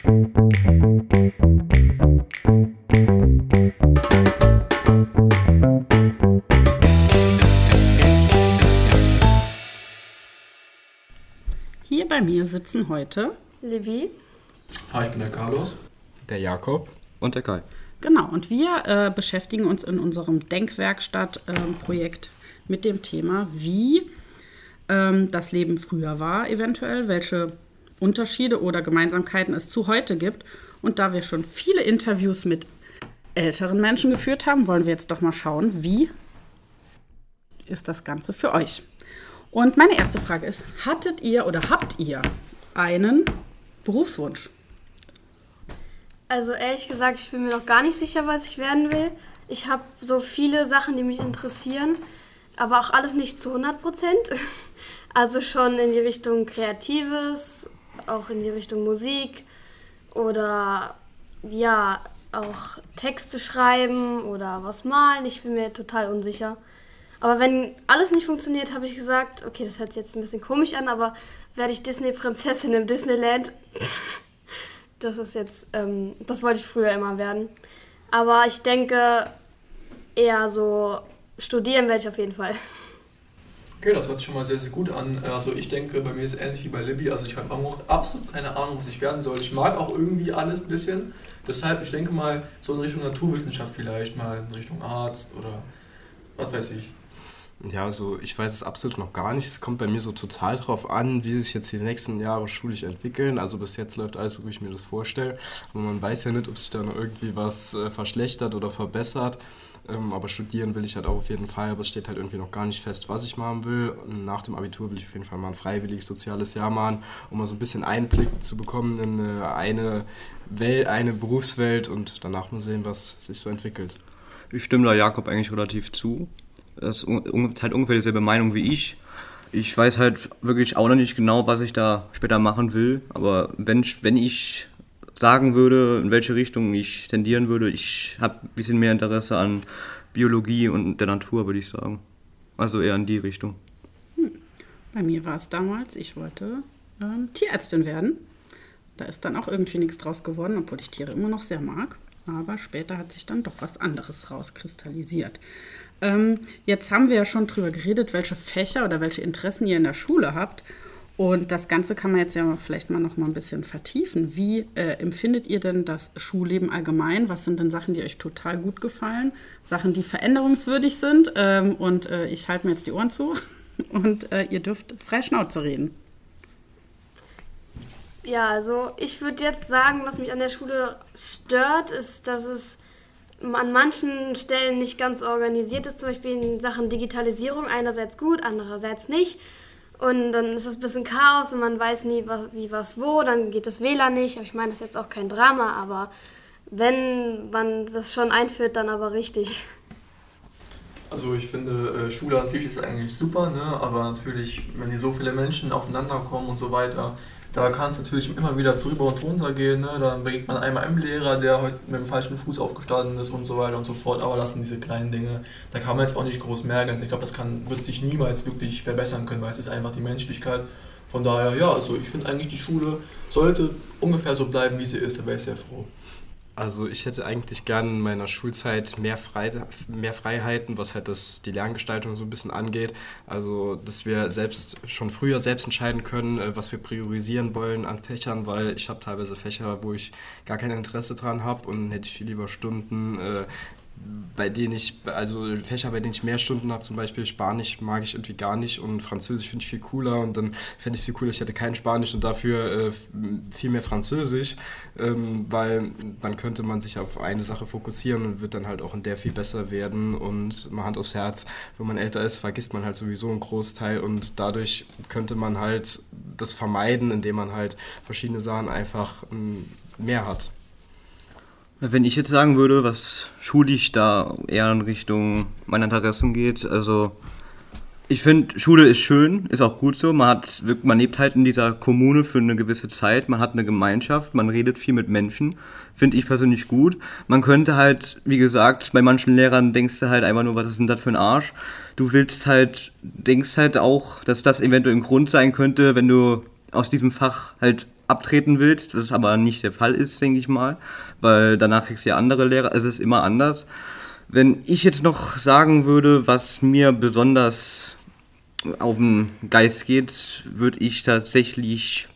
Hier bei mir sitzen heute Levi. Hi, ich bin der Carlos. Der Jakob. Und der Kai. Genau, und wir beschäftigen uns in unserem Denkwerkstatt-Projekt mit dem Thema, wie das Leben früher war eventuell, welche Unterschiede oder Gemeinsamkeiten es zu heute gibt. Und da wir schon viele Interviews mit älteren Menschen geführt haben, wollen wir jetzt doch mal schauen, wie ist das Ganze für euch? Und meine erste Frage ist, hattet ihr oder habt ihr einen Berufswunsch? Also ehrlich gesagt, ich bin mir noch gar nicht sicher, was ich werden will. Ich habe so viele Sachen, die mich interessieren, aber auch alles nicht zu 100%. Also schon in die Richtung Kreatives, auch in die Richtung Musik oder ja, auch Texte schreiben oder was malen. Ich bin mir total unsicher. Aber wenn alles nicht funktioniert, habe ich gesagt, okay, das hört sich jetzt ein bisschen komisch an, aber werde ich Disney-Prinzessin im Disneyland? Das ist jetzt, das wollte ich früher immer werden. Aber ich denke, eher so studieren werde ich auf jeden Fall. Okay, das hört sich schon mal sehr, sehr gut an. Also ich denke, bei mir ist es ähnlich wie bei Libby. Also ich habe auch absolut keine Ahnung, was ich werden soll. Ich mag auch irgendwie alles ein bisschen. Deshalb, ich denke mal, so in Richtung Naturwissenschaft vielleicht, mal in Richtung Arzt oder was weiß ich. Ja, also ich weiß es absolut noch gar nicht. Es kommt bei mir so total drauf an, wie sich jetzt die nächsten Jahre schulisch entwickeln. Also bis jetzt läuft alles so, wie ich mir das vorstelle. Aber man weiß ja nicht, ob sich da noch irgendwie was verschlechtert oder verbessert. Aber studieren will ich halt auch auf jeden Fall. Aber es steht halt irgendwie noch gar nicht fest, was ich machen will. Und nach dem Abitur will ich auf jeden Fall mal ein freiwilliges soziales Jahr machen, um mal so ein bisschen Einblick zu bekommen in eine Berufswelt und danach mal sehen, was sich so entwickelt. Ich stimme da Jakob eigentlich relativ zu. Das ist halt ungefähr dieselbe Meinung wie ich. Ich weiß halt wirklich auch noch nicht genau, was ich da später machen will. Aber wenn ich sagen würde, in welche Richtung ich tendieren würde, ich habe ein bisschen mehr Interesse an Biologie und der Natur, würde ich sagen. Also eher in die Richtung. Bei mir war es damals, ich wollte Tierärztin werden. Da ist dann auch irgendwie nichts draus geworden, obwohl ich Tiere immer noch sehr mag. Aber später hat sich dann doch was anderes rauskristallisiert. Jetzt haben wir ja schon drüber geredet, welche Fächer oder welche Interessen ihr in der Schule habt. Und das Ganze kann man jetzt ja vielleicht mal noch mal ein bisschen vertiefen. Wie empfindet ihr denn das Schulleben allgemein? Was sind denn Sachen, die euch total gut gefallen? Sachen, die veränderungswürdig sind? Ich halte mir jetzt die Ohren zu und ihr dürft frei Schnauze reden. Ja, also ich würde jetzt sagen, was mich an der Schule stört, ist, dass es an manchen Stellen nicht ganz organisiert ist, zum Beispiel in Sachen Digitalisierung, einerseits gut, andererseits nicht. Und dann ist es ein bisschen Chaos und man weiß nie, wie was wo, dann geht das WLAN nicht. Aber ich meine, das ist jetzt auch kein Drama, aber wenn man das schon einführt, dann aber richtig. Also ich finde, Schule an sich ist eigentlich super, ne? Aber natürlich, wenn hier so viele Menschen aufeinander kommen und so weiter, da kann es natürlich immer wieder drüber und drunter gehen. Ne? Dann begegnet man einmal einem Lehrer, der heute mit dem falschen Fuß aufgestanden ist und so weiter und so fort. Aber das sind diese kleinen Dinge, da kann man jetzt auch nicht groß merken. Ich glaube, wird sich niemals wirklich verbessern können, weil es ist einfach die Menschlichkeit. Von daher, ja, also ich finde eigentlich, die Schule sollte ungefähr so bleiben, wie sie ist. Da wäre ich sehr froh. Also ich hätte eigentlich gern in meiner Schulzeit mehr Freiheiten, was halt die Lerngestaltung so ein bisschen angeht. Also dass wir schon früher selbst entscheiden können, was wir priorisieren wollen an Fächern, weil ich habe teilweise Fächer, wo ich gar kein Interesse dran habe und hätte ich viel lieber Stunden, Fächer, bei denen ich mehr Stunden habe, zum Beispiel Spanisch mag ich irgendwie gar nicht und Französisch finde ich viel cooler und dann fände ich viel cooler, ich hätte kein Spanisch und dafür viel mehr Französisch, weil dann könnte man sich auf eine Sache fokussieren und wird dann halt auch in der viel besser werden und mal Hand aufs Herz, wenn man älter ist, vergisst man halt sowieso einen Großteil und dadurch könnte man halt das vermeiden, indem man halt verschiedene Sachen einfach mehr hat. Wenn ich jetzt sagen würde, was schulisch da eher in Richtung meiner Interessen geht, also ich finde, Schule ist schön, ist auch gut so, man lebt halt in dieser Kommune für eine gewisse Zeit, man hat eine Gemeinschaft, man redet viel mit Menschen, finde ich persönlich gut. Man könnte halt, wie gesagt, bei manchen Lehrern denkst du halt einfach nur, was ist denn das für ein Arsch? Du denkst halt auch, dass das eventuell ein Grund sein könnte, wenn du aus diesem Fach halt abtreten willst, was aber nicht der Fall ist, denke ich mal, weil danach kriegst du ja andere Lehrer, es ist immer anders. Wenn ich jetzt noch sagen würde, was mir besonders auf den Geist geht, würde ich tatsächlich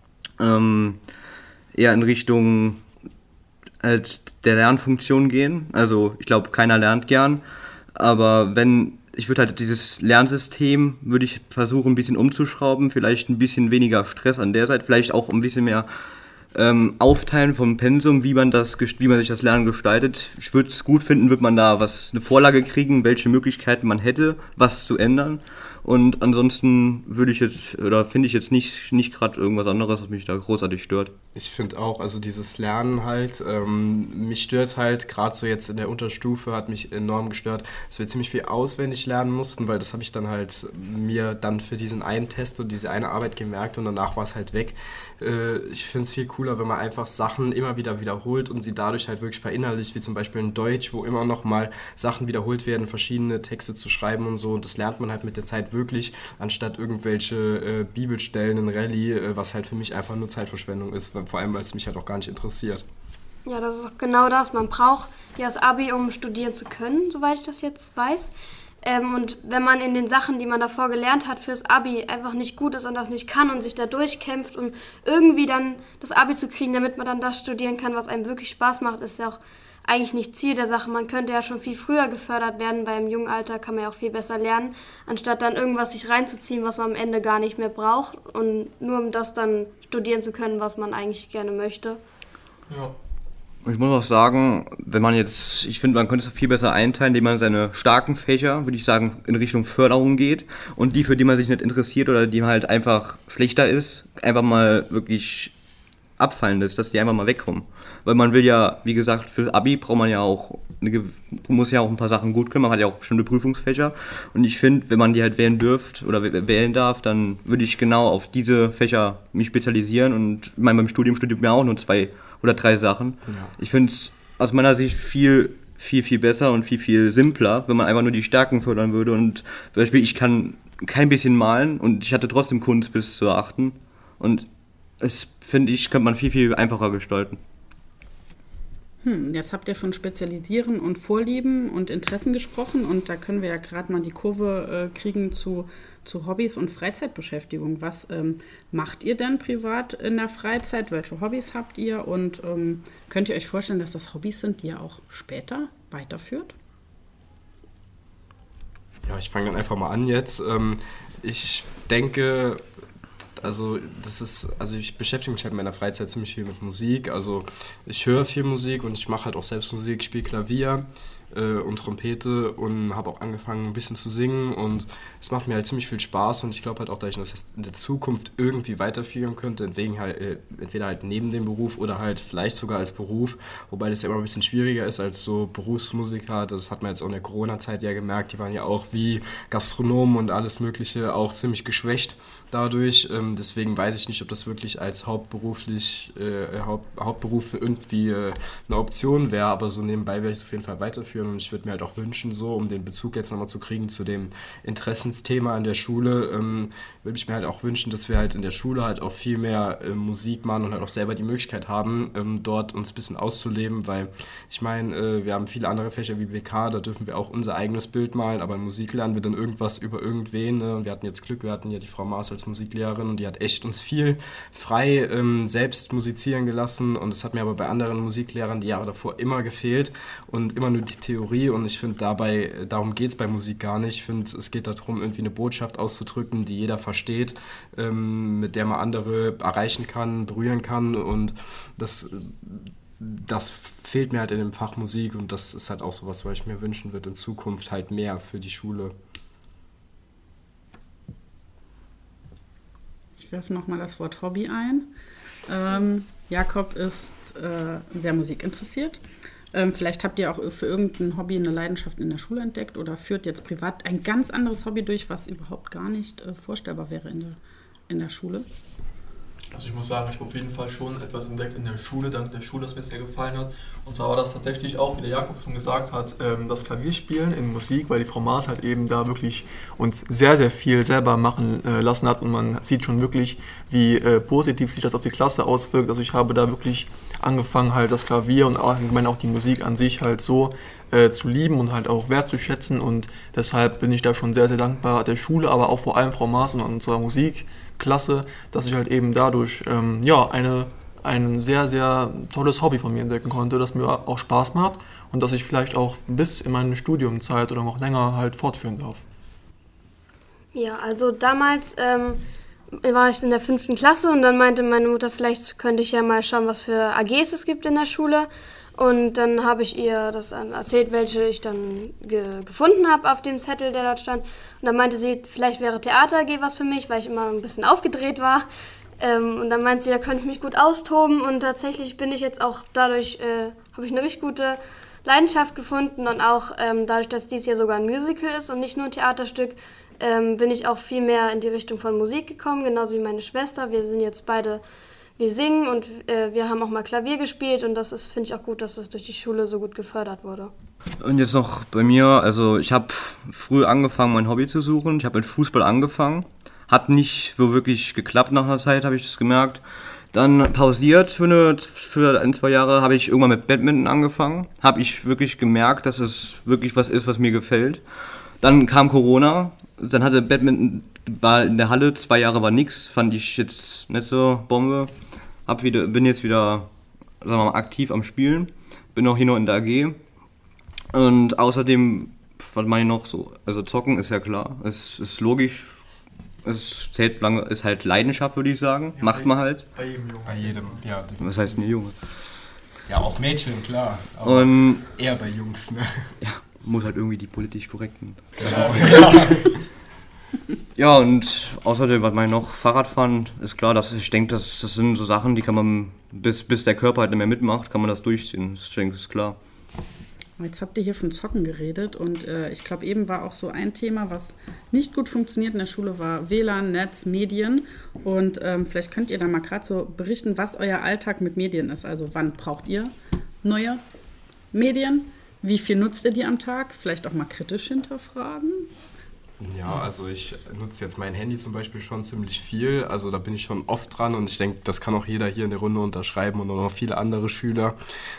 eher in Richtung halt der Lernfunktion gehen. Also ich glaube, keiner lernt gern, aber ich würde halt dieses Lernsystem, würde ich versuchen ein bisschen umzuschrauben, vielleicht ein bisschen weniger Stress an der Seite, vielleicht auch ein bisschen mehr aufteilen vom Pensum, wie man sich das Lernen gestaltet. Ich würde es gut finden, würde man da eine Vorlage kriegen, welche Möglichkeiten man hätte, was zu ändern. Und ansonsten finde ich jetzt nicht gerade irgendwas anderes, was mich da großartig stört. Ich finde auch, also dieses Lernen halt, mich stört halt, gerade so jetzt in der Unterstufe hat mich enorm gestört, dass wir ziemlich viel auswendig lernen mussten, weil das habe ich dann halt mir dann für diesen einen Test und diese eine Arbeit gemerkt und danach war es halt weg. Ich finde es viel cooler, wenn man einfach Sachen immer wieder wiederholt und sie dadurch halt wirklich verinnerlicht, wie zum Beispiel in Deutsch, wo immer noch mal Sachen wiederholt werden, verschiedene Texte zu schreiben und so, und das lernt man halt mit der Zeit wirklich, anstatt irgendwelche Bibelstellen in Rallye, was halt für mich einfach nur Zeitverschwendung ist, vor allem, weil es mich halt auch gar nicht interessiert. Ja, das ist auch genau das. Man braucht ja das Abi, um studieren zu können, soweit ich das jetzt weiß. Und wenn man in den Sachen, die man davor gelernt hat, fürs Abi einfach nicht gut ist und das nicht kann und sich da durchkämpft, um irgendwie dann das Abi zu kriegen, damit man dann das studieren kann, was einem wirklich Spaß macht, ist ja auch eigentlich nicht Ziel der Sache. Man könnte ja schon viel früher gefördert werden, weil im jungen Alter kann man ja auch viel besser lernen, anstatt dann irgendwas sich reinzuziehen, was man am Ende gar nicht mehr braucht und nur um das dann studieren zu können, was man eigentlich gerne möchte. Ja. Ich muss auch sagen, ich finde, man könnte es viel besser einteilen, indem man seine starken Fächer, würde ich sagen, in Richtung Förderung geht und die, für die man sich nicht interessiert oder die halt einfach schlechter ist, einfach mal wirklich abfallen lässt, dass die einfach mal wegkommen. Weil man will ja, wie gesagt, für Abi muss ja auch ein paar Sachen gut können, man hat ja auch bestimmte Prüfungsfächer und ich finde, wenn man die halt wählen darf, dann würde ich genau auf diese Fächer mich spezialisieren und ich meine, beim Studium studiert man auch nur 2 oder 3 Sachen. Ja. Ich finde es aus meiner Sicht viel besser und viel simpler, wenn man einfach nur die Stärken fördern würde und zum Beispiel ich kann kein bisschen malen und ich hatte trotzdem Kunst bis zur 8. und es, finde ich, könnte man viel einfacher gestalten. Jetzt habt ihr von Spezialisieren und Vorlieben und Interessen gesprochen und da können wir ja gerade mal die Kurve kriegen zu Hobbys und Freizeitbeschäftigung. Was macht ihr denn privat in der Freizeit? Welche Hobbys habt ihr? Und könnt ihr euch vorstellen, dass das Hobbys sind, die ihr auch später weiterführt? Ja, ich fange dann einfach mal an jetzt. Ich denke... Also ich beschäftige mich halt in meiner Freizeit ziemlich viel mit Musik. Also ich höre viel Musik und ich mache halt auch selbst Musik, spiele Klavier und Trompete und habe auch angefangen ein bisschen zu singen und es macht mir halt ziemlich viel Spaß und ich glaube halt auch, dass ich das in der Zukunft irgendwie weiterführen könnte, entweder halt neben dem Beruf oder halt vielleicht sogar als Beruf, wobei das ja immer ein bisschen schwieriger ist als so Berufsmusiker. Das hat man jetzt auch in der Corona-Zeit ja gemerkt, die waren ja auch wie Gastronomen und alles Mögliche auch ziemlich geschwächt dadurch. Deswegen weiß ich nicht, ob das wirklich als Hauptberuf irgendwie eine Option wäre, aber so nebenbei werde ich es auf jeden Fall weiterführen und ich würde mir halt auch wünschen, so um den Bezug jetzt nochmal zu kriegen zu dem Interessensthema in der Schule, würde ich mir halt auch wünschen, dass wir halt in der Schule halt auch viel mehr Musik machen und halt auch selber die Möglichkeit haben, dort uns ein bisschen auszuleben, weil ich meine, wir haben viele andere Fächer wie BK, da dürfen wir auch unser eigenes Bild malen, aber in Musik lernen wir dann irgendwas über irgendwen. Ne? Wir hatten jetzt Glück, wir hatten ja die Frau Maas als Musiklehrerin und die hat echt uns viel frei selbst musizieren gelassen und das hat mir aber bei anderen Musiklehrern die Jahre davor immer gefehlt und immer nur die Theorie und ich finde darum geht es bei Musik gar nicht. Ich finde, es geht darum, irgendwie eine Botschaft auszudrücken, die jeder versteht, mit der man andere erreichen kann, berühren kann und das fehlt mir halt in dem Fach Musik und das ist halt auch sowas, was ich mir wünschen würde in Zukunft halt mehr für die Schule. Ich werfe nochmal das Wort Hobby ein. Jakob ist sehr musikinteressiert. Vielleicht habt ihr auch für irgendein Hobby eine Leidenschaft in der Schule entdeckt oder führt jetzt privat ein ganz anderes Hobby durch, was überhaupt gar nicht vorstellbar wäre in der Schule. Also ich muss sagen, ich habe auf jeden Fall schon etwas entdeckt in der Schule, dank der Schule, das mir sehr gefallen hat. Und zwar war das tatsächlich auch, wie der Jakob schon gesagt hat, das Klavierspielen in Musik, weil die Frau Maas halt eben da wirklich uns sehr, sehr viel selber machen lassen hat und man sieht schon wirklich, wie positiv sich das auf die Klasse auswirkt. Also ich habe da wirklich angefangen, halt das Klavier und allgemein auch die Musik an sich halt so zu lieben und halt auch wertzuschätzen und deshalb bin ich da schon sehr, sehr dankbar der Schule, aber auch vor allem Frau Maas und unserer Musikklasse, dass ich halt eben dadurch ein sehr, sehr tolles Hobby von mir entdecken konnte, das mir auch Spaß macht und das ich vielleicht auch bis in meine Studiumzeit oder noch länger halt fortführen darf. Ja, also damals war ich in der 5. Klasse und dann meinte meine Mutter, vielleicht könnte ich ja mal schauen, was für AGs es gibt in der Schule. Und dann habe ich ihr das erzählt, welche ich dann gefunden habe auf dem Zettel, der dort stand. Und dann meinte sie, vielleicht wäre Theater AG was für mich, weil ich immer ein bisschen aufgedreht war. Und dann meinte sie, da könnte ich mich gut austoben. Und tatsächlich bin ich jetzt auch dadurch, habe ich eine richtig gute Leidenschaft gefunden. Und auch dadurch, dass dies ja sogar ein Musical ist und nicht nur ein Theaterstück, bin ich auch viel mehr in die Richtung von Musik gekommen, genauso wie meine Schwester. Wir sind jetzt beide... Wir singen und wir haben auch mal Klavier gespielt und das ist, finde ich auch gut, dass das durch die Schule so gut gefördert wurde. Und jetzt noch bei mir, also ich habe früh angefangen, mein Hobby zu suchen. Ich habe mit Fußball angefangen. Hat nicht so wirklich geklappt nach einer Zeit, habe ich das gemerkt. Dann pausiert für 1-2 Jahre, habe ich irgendwann mit Badminton angefangen. Habe ich wirklich gemerkt, dass es wirklich was ist, was mir gefällt. Dann kam Corona, dann hatte Badminton war in der Halle, 2 Jahre war nix, fand ich jetzt nicht so Bombe. Bin jetzt wieder, sagen wir mal, aktiv am Spielen, bin auch hier noch in der AG. Und außerdem, was meine ich noch so, also zocken ist ja klar, es ist logisch, es zählt lange, ist halt Leidenschaft, würde ich sagen, ja, macht man halt. Bei jedem Jungen. Bei jedem, ja. Was heißt denn Junge? Ja, auch Mädchen, klar, aber und eher bei Jungs, ne? Ja, muss halt irgendwie die politisch korrekten. Genau, ja. Ja, und außerdem, was man noch, Fahrradfahren, ist klar, dass ich denke, das sind so Sachen, die kann man, bis der Körper halt nicht mehr mitmacht, kann man das durchziehen. Ich denke, das ist klar. Jetzt habt ihr hier von Zocken geredet und ich glaube, eben war auch so ein Thema, was nicht gut funktioniert in der Schule, war WLAN, Netz, Medien. Und vielleicht könnt ihr da mal gerade so berichten, was euer Alltag mit Medien ist. Also wann braucht ihr neue Medien? Wie viel nutzt ihr die am Tag? Vielleicht auch mal kritisch hinterfragen. Ja, also ich nutze jetzt mein Handy zum Beispiel schon ziemlich viel, also da bin ich schon oft dran und ich denke, das kann auch jeder hier in der Runde unterschreiben und auch noch viele andere Schüler.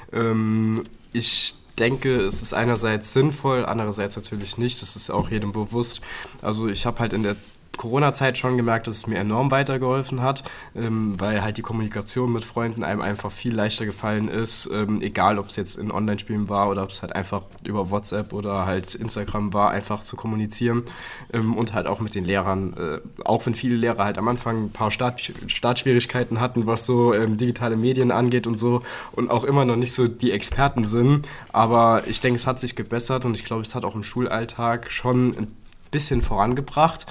Ich denke, es ist einerseits sinnvoll, andererseits natürlich nicht, das ist auch jedem bewusst. Also ich habe halt in der Corona-Zeit schon gemerkt, dass es mir enorm weitergeholfen hat, weil halt die Kommunikation mit Freunden einem einfach viel leichter gefallen ist, egal ob es jetzt in Online-Spielen war oder ob es halt einfach über WhatsApp oder halt Instagram war, einfach zu kommunizieren und halt auch mit den Lehrern, auch wenn viele Lehrer halt am Anfang ein paar Startschwierigkeiten hatten, was so digitale Medien angeht und so und auch immer noch nicht so die Experten sind, aber ich denke, es hat sich gebessert und ich glaube, es hat auch im Schulalltag schon ein bisschen vorangebracht.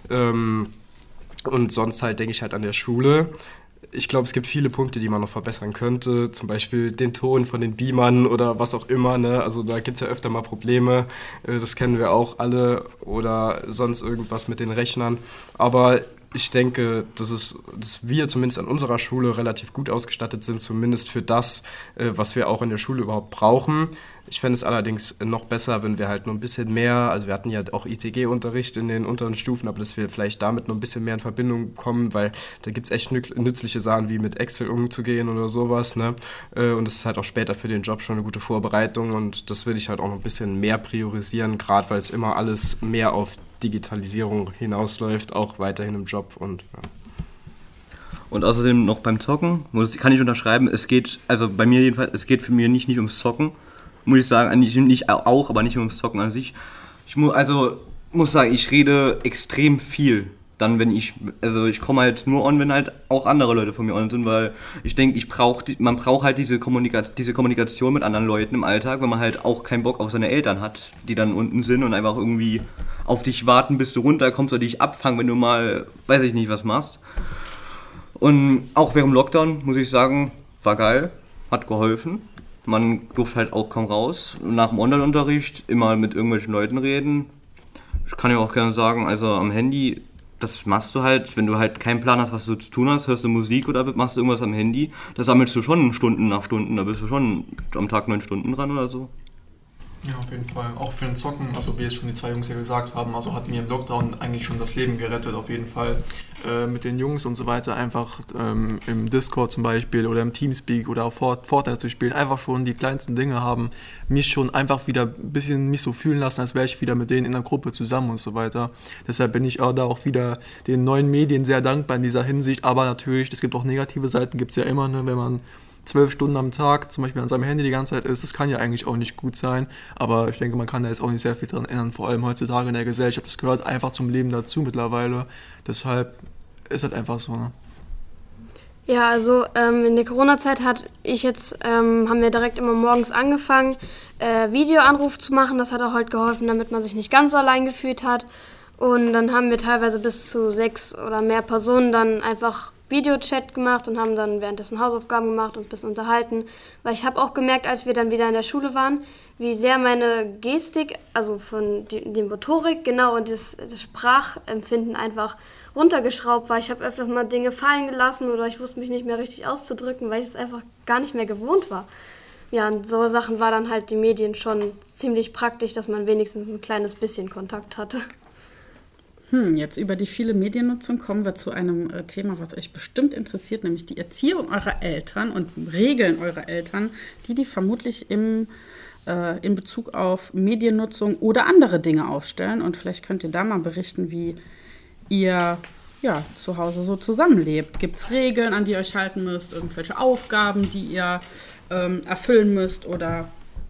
Und sonst halt denke ich halt an der Schule. Ich glaube, es gibt viele Punkte, die man noch verbessern könnte. Zum Beispiel den Ton von den Beamern oder was auch immer. Ne? Also da gibt es ja öfter mal Probleme. Das kennen wir auch alle. Oder sonst irgendwas mit den Rechnern. Aber ich denke, dass wir zumindest an unserer Schule relativ gut ausgestattet sind, zumindest für das, was wir auch in der Schule überhaupt brauchen. Ich fände es allerdings noch besser, wenn wir halt noch ein bisschen mehr, also wir hatten ja auch ITG-Unterricht in den unteren Stufen, aber dass wir vielleicht damit noch ein bisschen mehr in Verbindung kommen, weil da gibt es echt nützliche Sachen, wie mit Excel umzugehen oder sowas, ne? Und das ist halt auch später für den Job schon eine gute Vorbereitung und das würde ich halt auch noch ein bisschen mehr priorisieren, gerade weil es immer alles mehr auf Digitalisierung hinausläuft, auch weiterhin im Job und ja. Und außerdem noch beim Zocken, kann ich unterschreiben, es geht, also bei mir jedenfalls, es geht für mich nicht ums Zocken, muss ich sagen, nicht auch, aber nicht ums Zocken an sich. Ich muss sagen, ich rede extrem viel. Dann, ich komme halt nur on, wenn halt auch andere Leute von mir on sind, weil ich denke, man braucht halt diese Kommunikation mit anderen Leuten im Alltag, wenn man halt auch keinen Bock auf seine Eltern hat, die dann unten sind und einfach irgendwie auf dich warten, bis du runterkommst oder dich abfangen, wenn du mal, weiß ich nicht, was machst. Und auch während dem Lockdown, muss ich sagen, war geil, hat geholfen. Man durfte halt auch kaum raus. Nach dem Online-Unterricht immer mit irgendwelchen Leuten reden. Ich kann ja auch gerne sagen, also am Handy, das machst du halt, wenn du halt keinen Plan hast, was du zu tun hast, hörst du Musik oder machst du irgendwas am Handy, da sammelst du schon Stunden nach Stunden, da bist du schon am Tag 9 Stunden dran oder so. Ja, auf jeden Fall. Auch für den Zocken, also wie es schon die zwei Jungs ja gesagt haben, also hat mir im Lockdown eigentlich schon das Leben gerettet, auf jeden Fall. Mit den Jungs und so weiter einfach im Discord zum Beispiel oder im Teamspeak oder auf Fortnite zu spielen, einfach schon die kleinsten Dinge haben mich schon einfach wieder ein bisschen mich so fühlen lassen, als wäre ich wieder mit denen in der Gruppe zusammen und so weiter. Deshalb bin ich auch da auch wieder den neuen Medien sehr dankbar in dieser Hinsicht, aber natürlich, es gibt auch negative Seiten, gibt es ja immer, ne, wenn man 12 Stunden am Tag zum Beispiel an seinem Handy die ganze Zeit ist, das kann ja eigentlich auch nicht gut sein, aber ich denke, man kann da jetzt auch nicht sehr viel dran ändern, vor allem heutzutage in der Gesellschaft, das gehört einfach zum Leben dazu mittlerweile, deshalb ist halt einfach so, ne? Ja, also in der Corona-Zeit haben wir direkt immer morgens angefangen, Videoanruf zu machen, das hat auch halt geholfen, damit man sich nicht ganz so allein gefühlt hat und dann haben wir teilweise bis zu 6 oder mehr Personen dann einfach Videochat gemacht und haben dann währenddessen Hausaufgaben gemacht, uns ein bisschen unterhalten. Weil ich habe auch gemerkt, als wir dann wieder in der Schule waren, wie sehr meine Gestik, also von die Motorik, genau, und das Sprachempfinden einfach runtergeschraubt war. Ich habe öfters mal Dinge fallen gelassen oder ich wusste mich nicht mehr richtig auszudrücken, weil ich es einfach gar nicht mehr gewohnt war. Ja, und so Sachen war dann halt die Medien schon ziemlich praktisch, dass man wenigstens ein kleines bisschen Kontakt hatte. Jetzt über die viele Mediennutzung kommen wir zu einem Thema, was euch bestimmt interessiert, nämlich die Erziehung eurer Eltern und Regeln eurer Eltern, die vermutlich in Bezug auf Mediennutzung oder andere Dinge aufstellen. Und vielleicht könnt ihr da mal berichten, wie ihr zu Hause so zusammenlebt. Gibt es Regeln, an die ihr euch halten müsst, irgendwelche Aufgaben, die ihr erfüllen müsst oder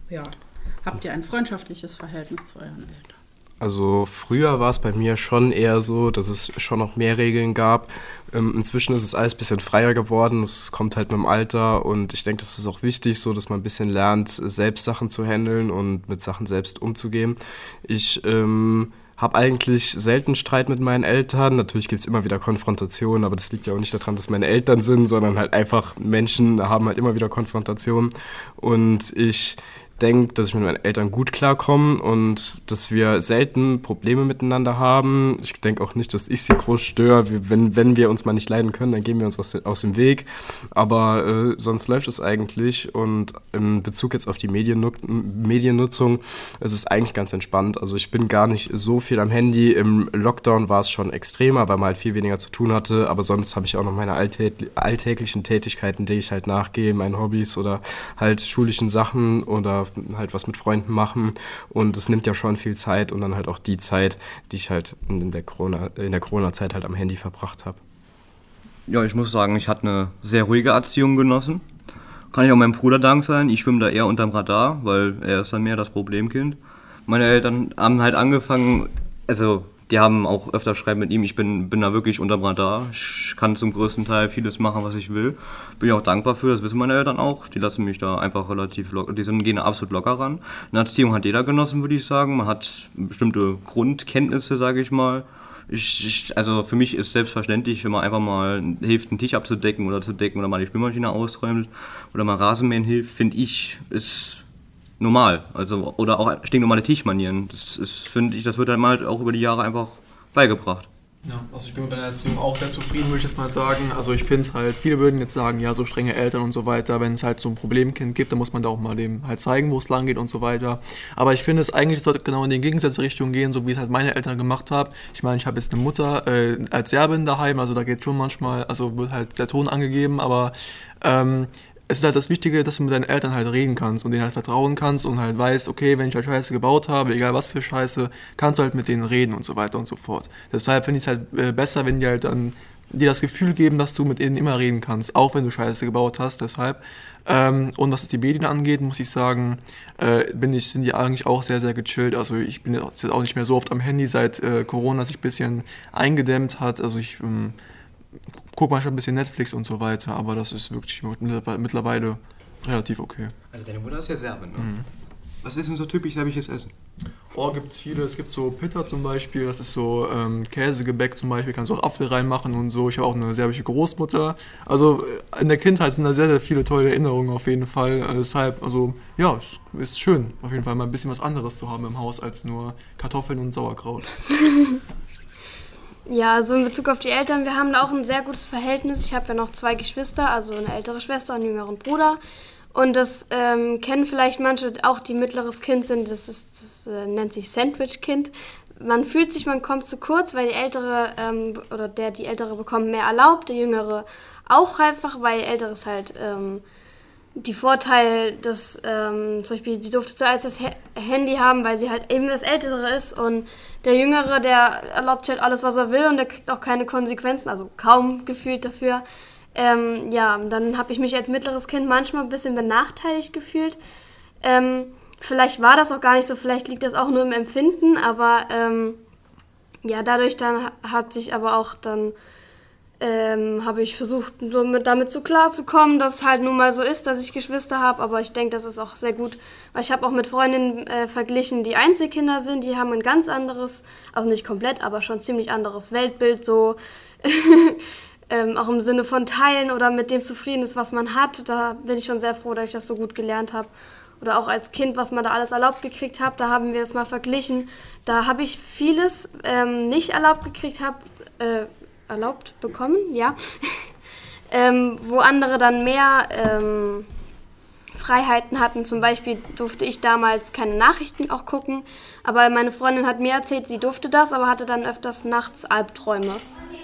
habt ihr ein freundschaftliches Verhältnis zu euren Eltern? Also früher war es bei mir schon eher so, dass es schon noch mehr Regeln gab. Inzwischen ist es alles ein bisschen freier geworden, es kommt halt mit dem Alter und ich denke, das ist auch wichtig, so dass man ein bisschen lernt, selbst Sachen zu handeln und mit Sachen selbst umzugehen. Ich habe eigentlich selten Streit mit meinen Eltern, natürlich gibt es immer wieder Konfrontationen, aber das liegt ja auch nicht daran, dass meine Eltern sind, sondern halt einfach Menschen haben halt immer wieder Konfrontationen und ich denke, dass ich mit meinen Eltern gut klarkomme und dass wir selten Probleme miteinander haben. Ich denke auch nicht, dass ich sie groß störe. Wenn wir uns mal nicht leiden können, dann gehen wir uns aus dem Weg. Aber sonst läuft es eigentlich. Und in Bezug jetzt auf die Mediennutzung, es ist eigentlich ganz entspannt. Also ich bin gar nicht so viel am Handy. Im Lockdown war es schon extremer, weil man halt viel weniger zu tun hatte. Aber sonst habe ich auch noch meine alltäglichen Tätigkeiten, denen ich halt nachgehe, meinen Hobbys oder halt schulischen Sachen oder halt was mit Freunden machen und es nimmt ja schon viel Zeit und dann halt auch die Zeit, die ich halt in der Corona-Zeit halt am Handy verbracht habe. Ja, ich muss sagen, ich hatte eine sehr ruhige Erziehung genossen. Kann ich auch meinem Bruder Dank sein, ich schwimme da eher unterm Radar, weil er ist dann mehr das Problemkind. Meine Eltern haben halt angefangen, also die haben auch öfter Streit mit ihm, ich bin da wirklich unterm Radar. Ich kann zum größten Teil vieles machen, was ich will. Bin ich auch dankbar für, das wissen meine Eltern auch. Die lassen mich da einfach relativ locker, gehen da absolut locker ran. Eine Erziehung hat jeder genossen, würde ich sagen. Man hat bestimmte Grundkenntnisse, sage ich mal. Also für mich ist selbstverständlich, wenn man einfach mal hilft, einen Tisch abzudecken oder zu decken oder mal die Spülmaschine ausräumt oder mal Rasenmähen hilft, finde ich, ist normal, also oder auch stinknormale Tischmanieren. Das ist, finde ich, das wird einem halt auch über die Jahre einfach beigebracht. Ja, also ich bin mit meiner Erziehung auch sehr zufrieden, würde ich jetzt mal sagen. Also ich finde es halt, viele würden jetzt sagen, ja, so strenge Eltern und so weiter, wenn es halt so ein Problemkind gibt, dann muss man da auch mal dem halt zeigen, wo es lang geht und so weiter. Aber ich finde es eigentlich, sollte genau in die Gegensätzliche gehen, so wie es halt meine Eltern gemacht haben. Ich meine, ich habe jetzt eine Mutter als Serbin daheim, also da geht schon manchmal, also wird halt der Ton angegeben, aber es ist halt das Wichtige, dass du mit deinen Eltern halt reden kannst und denen halt vertrauen kannst und halt weißt, okay, wenn ich halt Scheiße gebaut habe, egal was für Scheiße, kannst du halt mit denen reden und so weiter und so fort. Deshalb finde ich es halt besser, wenn die halt dann dir das Gefühl geben, dass du mit ihnen immer reden kannst, auch wenn du Scheiße gebaut hast, deshalb. Und was die Medien angeht, muss ich sagen, sind die eigentlich auch sehr, sehr gechillt. Also ich bin jetzt auch nicht mehr so oft am Handy, seit Corona sich ein bisschen eingedämmt hat. Also ich guck manchmal ein bisschen Netflix und so weiter, aber das ist wirklich mittlerweile relativ okay. Also deine Mutter ist ja Serbin, ne? Mhm. Was ist denn so typisch serbisches Essen? Oh, gibt's viele. Es gibt so Pita zum Beispiel, das ist so Käsegebäck zum Beispiel, kannst du auch Apfel reinmachen und so. Ich habe auch eine serbische Großmutter. Also in der Kindheit sind da sehr, sehr viele tolle Erinnerungen auf jeden Fall. Deshalb, also ja, es ist schön, auf jeden Fall mal ein bisschen was anderes zu haben im Haus als nur Kartoffeln und Sauerkraut. Ja, also in Bezug auf die Eltern, wir haben da auch ein sehr gutes Verhältnis. Ich habe ja noch 2 Geschwister, also eine ältere Schwester und einen jüngeren Bruder. Und das kennen vielleicht manche, auch die mittleres Kind sind, das nennt sich Sandwich-Kind. Man fühlt sich, man kommt zu kurz, weil die Ältere die Ältere bekommt mehr erlaubt, der Jüngere auch einfach, weil Älteres halt die Vorteil, dass zum Beispiel die durfte zuerst das Handy haben, weil sie halt eben das Ältere ist und der Jüngere, der erlaubt sich halt alles, was er will und der kriegt auch keine Konsequenzen, also kaum gefühlt dafür. Dann habe ich mich als mittleres Kind manchmal ein bisschen benachteiligt gefühlt. Vielleicht war das auch gar nicht so, vielleicht liegt das auch nur im Empfinden, aber dadurch dann hat sich aber auch dann habe ich versucht, damit so klarzukommen, dass es halt nun mal so ist, dass ich Geschwister habe, aber ich denke, das ist auch sehr gut, weil ich habe auch mit Freundinnen verglichen, die Einzelkinder sind, die haben ein ganz anderes, also nicht komplett, aber schon ziemlich anderes Weltbild, so auch im Sinne von Teilen oder mit dem zufrieden ist, was man hat. Da bin ich schon sehr froh, dass ich das so gut gelernt habe. Oder auch als Kind, was man da alles erlaubt gekriegt hat, da haben wir es mal verglichen. Da habe ich vieles nicht erlaubt gekriegt, erlaubt bekommen, ja. Wo andere dann mehr Freiheiten hatten. Zum Beispiel durfte ich damals keine Nachrichten auch gucken. Aber meine Freundin hat mir erzählt, sie durfte das, aber hatte dann öfters nachts Albträume.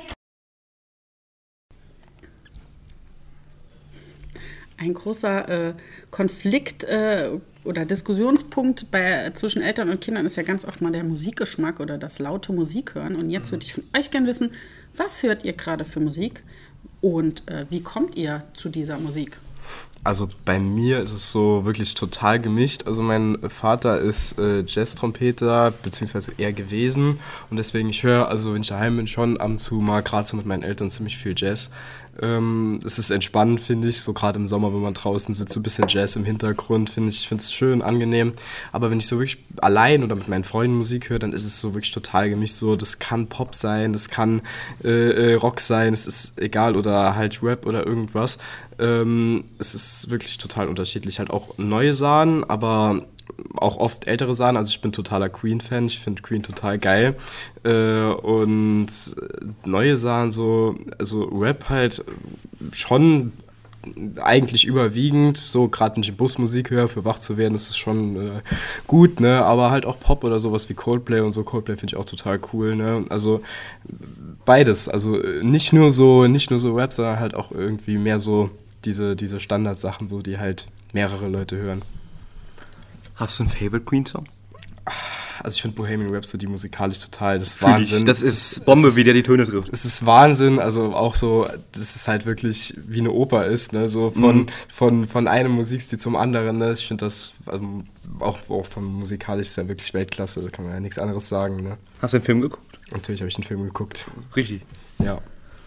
Ein großer Konflikt oder Diskussionspunkt zwischen Eltern und Kindern ist ja ganz oft mal der Musikgeschmack oder das laute Musik hören. Und jetzt würde ich von euch gerne wissen, was hört ihr gerade für Musik und wie kommt ihr zu dieser Musik? Also bei mir ist es so wirklich total gemischt. Also mein Vater ist Jazz-Trompeter, beziehungsweise eher gewesen. Und deswegen, ich höre, also wenn ich daheim bin, schon ab und zu mal, gerade so mit meinen Eltern, ziemlich viel Jazz. Es ist entspannend, finde ich, so gerade im Sommer, wenn man draußen sitzt, so ein bisschen Jazz im Hintergrund, finde ich es schön, angenehm. Aber wenn ich so wirklich allein oder mit meinen Freunden Musik höre, dann ist es so wirklich total gemischt. So, das kann Pop sein, das kann Rock sein, es ist egal, oder halt Rap oder irgendwas. Es ist wirklich total unterschiedlich. Halt auch neue Sachen, aber auch oft ältere Sachen. Also ich bin totaler Queen-Fan, ich finde Queen total geil. Und neue Sachen so, also Rap halt schon eigentlich überwiegend, so gerade wenn ich Busmusik höre, für wach zu werden, ist es schon gut, ne, aber halt auch Pop oder sowas wie Coldplay und so. Coldplay finde ich auch total cool, ne, also beides, also nicht nur so Rap, sondern halt auch irgendwie mehr so diese Standardsachen, so, die halt mehrere Leute hören. Hast du einen Favorite Queen-Song? Also ich finde Bohemian Rhapsody musikalisch total, das ist Wahnsinn. Das ist Bombe, wie der die Töne trifft. Es ist Wahnsinn, also auch so, dass es halt wirklich wie eine Oper ist, ne, so von einem Musikstil zum anderen, ne, ich finde das, also auch von musikalisch ist ja wirklich Weltklasse, da kann man ja nichts anderes sagen, ne. Hast du den Film geguckt? Natürlich habe ich den Film geguckt. Richtig. Ja.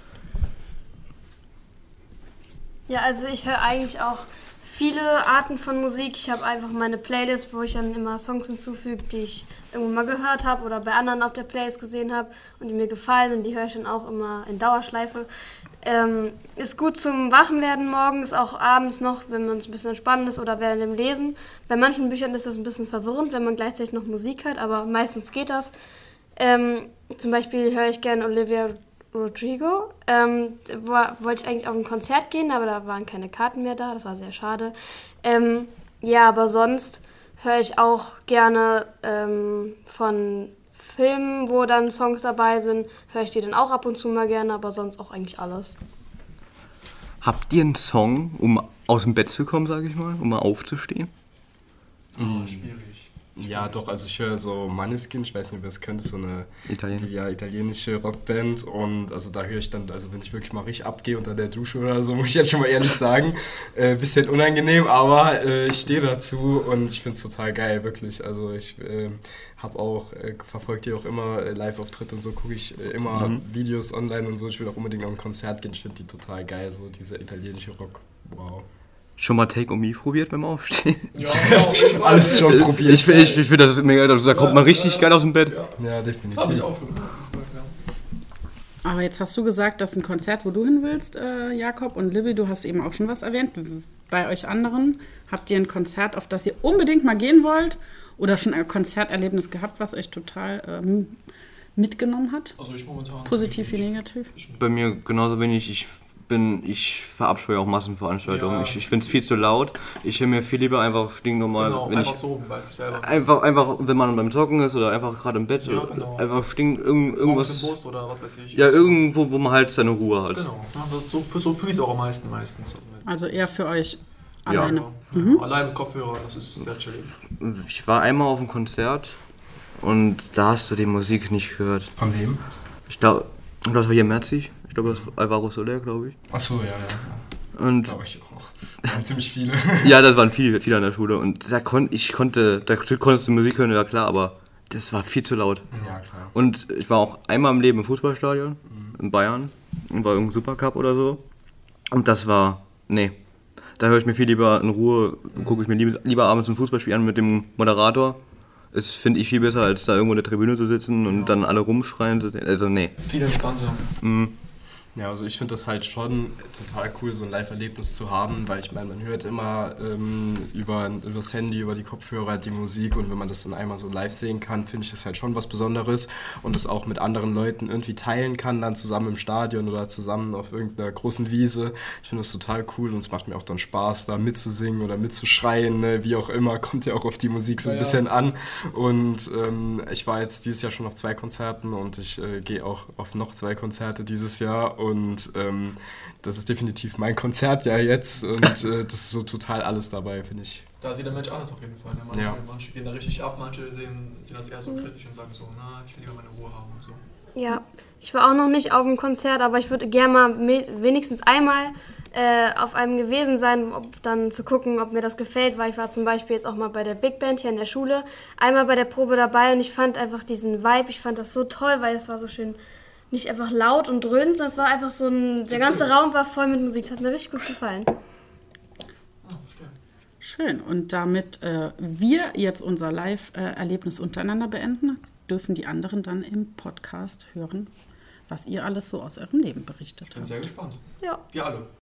Ja, also ich höre eigentlich auch viele Arten von Musik. Ich habe einfach meine Playlist, wo ich dann immer Songs hinzufüge, die ich irgendwo mal gehört habe oder bei anderen auf der Playlist gesehen habe und die mir gefallen, und die höre ich dann auch immer in Dauerschleife. Ist gut zum Wachenwerden morgens, auch abends noch, wenn man es ein bisschen entspannen ist oder während dem Lesen. Bei manchen Büchern ist das ein bisschen verwirrend, wenn man gleichzeitig noch Musik hört, aber meistens geht das. Zum Beispiel höre ich gerne Olivia Rodrigo. Wollte ich eigentlich auf ein Konzert gehen, aber da waren keine Karten mehr da, das war sehr schade. Aber sonst höre ich auch gerne von Filmen, wo dann Songs dabei sind, höre ich die dann auch ab und zu mal gerne, aber sonst auch eigentlich alles. Habt ihr einen Song, um aus dem Bett zu kommen, sage ich mal, um mal aufzustehen? Schwierig. Ja, doch, also ich höre so Måneskin, ich weiß nicht, wer es kennt, so eine italienische Rockband, und also da höre ich dann, also wenn ich wirklich mal richtig abgehe unter der Dusche oder so, muss ich jetzt schon mal ehrlich sagen, bisschen unangenehm, aber ich stehe dazu und ich finde es total geil, wirklich, also ich habe auch, verfolgt die auch immer Live-Auftritte und so, gucke ich immer Videos online und so, ich will auch unbedingt auf ein Konzert gehen, ich finde die total geil, so dieser italienische Rock, wow. Schon mal Take On Me probiert beim Aufstehen? Ja, alles schon probiert. Ich finde, das ist mega, da kommt man richtig geil aus dem Bett. Ja, definitiv. Habe ich auch schon gemacht. Aber jetzt hast du gesagt, das ist ein Konzert, wo du hin willst, Jakob, und Libby, du hast eben auch schon was erwähnt. Bei euch anderen, habt ihr ein Konzert, auf das ihr unbedingt mal gehen wollt, oder schon ein Konzerterlebnis gehabt, was euch total mitgenommen hat? Also ich momentan. Positiv wie negativ? Bei mir genauso wenig. Ich verabscheue auch Massenveranstaltungen. Ja. Ich finde es viel zu laut. Ich höre mir viel lieber einfach stinknormal. Genau, wenn einfach ich, so, weiß ich selber. einfach, wenn man beim Zocken ist oder einfach gerade im Bett. Ja, genau. Einfach Morgens irgendwas. im Bus oder was weiß ich. Ja, irgendwo, wo man halt seine Ruhe hat. Genau, ja, so fühle ich es auch am meisten meistens. Also eher für euch Ja. alleine. Ja, allein mit Kopfhörer, das ist sehr chillig. Ich war einmal auf einem Konzert und da hast du die Musik nicht gehört. Von wem? Ich glaube, das war hier in Merzig. Ich glaube, das war Alvaro Soler, glaube ich. Achso, ja. Und Glaube ich auch. Wir haben ziemlich viele. ja, das waren viele an der Schule und da konntest du Musik hören, ja klar, aber das war viel zu laut. Ja, klar. Und ich war auch einmal im Leben im Fußballstadion in Bayern, war irgendein Supercup oder so. Und das war, nee, da höre ich mir viel lieber in Ruhe, gucke ich mir lieber abends ein Fußballspiel an mit dem Moderator. Das finde ich viel besser, als da irgendwo in der Tribüne zu sitzen und dann alle rumschreien. Also nee. Viel entspannter. Ja, also ich finde das halt schon total cool, so ein Live-Erlebnis zu haben, weil ich meine, man hört immer über das Handy, über die Kopfhörer die Musik und wenn man das dann einmal so live sehen kann, finde ich das halt schon was Besonderes und das auch mit anderen Leuten irgendwie teilen kann, dann zusammen im Stadion oder zusammen auf irgendeiner großen Wiese. Ich finde das total cool und es macht mir auch dann Spaß, da mitzusingen oder mitzuschreien, ne? Wie auch immer, kommt ja auch auf die Musik so ein bisschen an und ich war jetzt dieses Jahr schon auf 2 Konzerten und ich gehe auch auf noch 2 Konzerte dieses Jahr. Und das ist definitiv mein Konzert ja jetzt und das ist so total alles dabei, finde ich. Da ist jeder Mensch anders auf jeden Fall. Ne? Manche gehen da richtig ab, manche sehen das eher so kritisch und sagen so, na, ich will lieber meine Ruhe haben und so. Ja, ich war auch noch nicht auf einem Konzert, aber ich würde gerne mal wenigstens einmal auf einem gewesen sein, dann zu gucken, ob mir das gefällt, weil ich war zum Beispiel jetzt auch mal bei der Big Band hier in der Schule, einmal bei der Probe dabei und ich fand einfach diesen Vibe, ich fand das so toll, weil es war so schön, nicht einfach laut und dröhnend, sondern es war einfach so der ganze Raum war voll mit Musik, das hat mir richtig gut gefallen. Schön. Und damit wir jetzt unser Live-Erlebnis untereinander beenden, dürfen die anderen dann im Podcast hören, was ihr alles so aus eurem Leben berichtet Ich bin habt. sehr gespannt. Ja. Wir alle.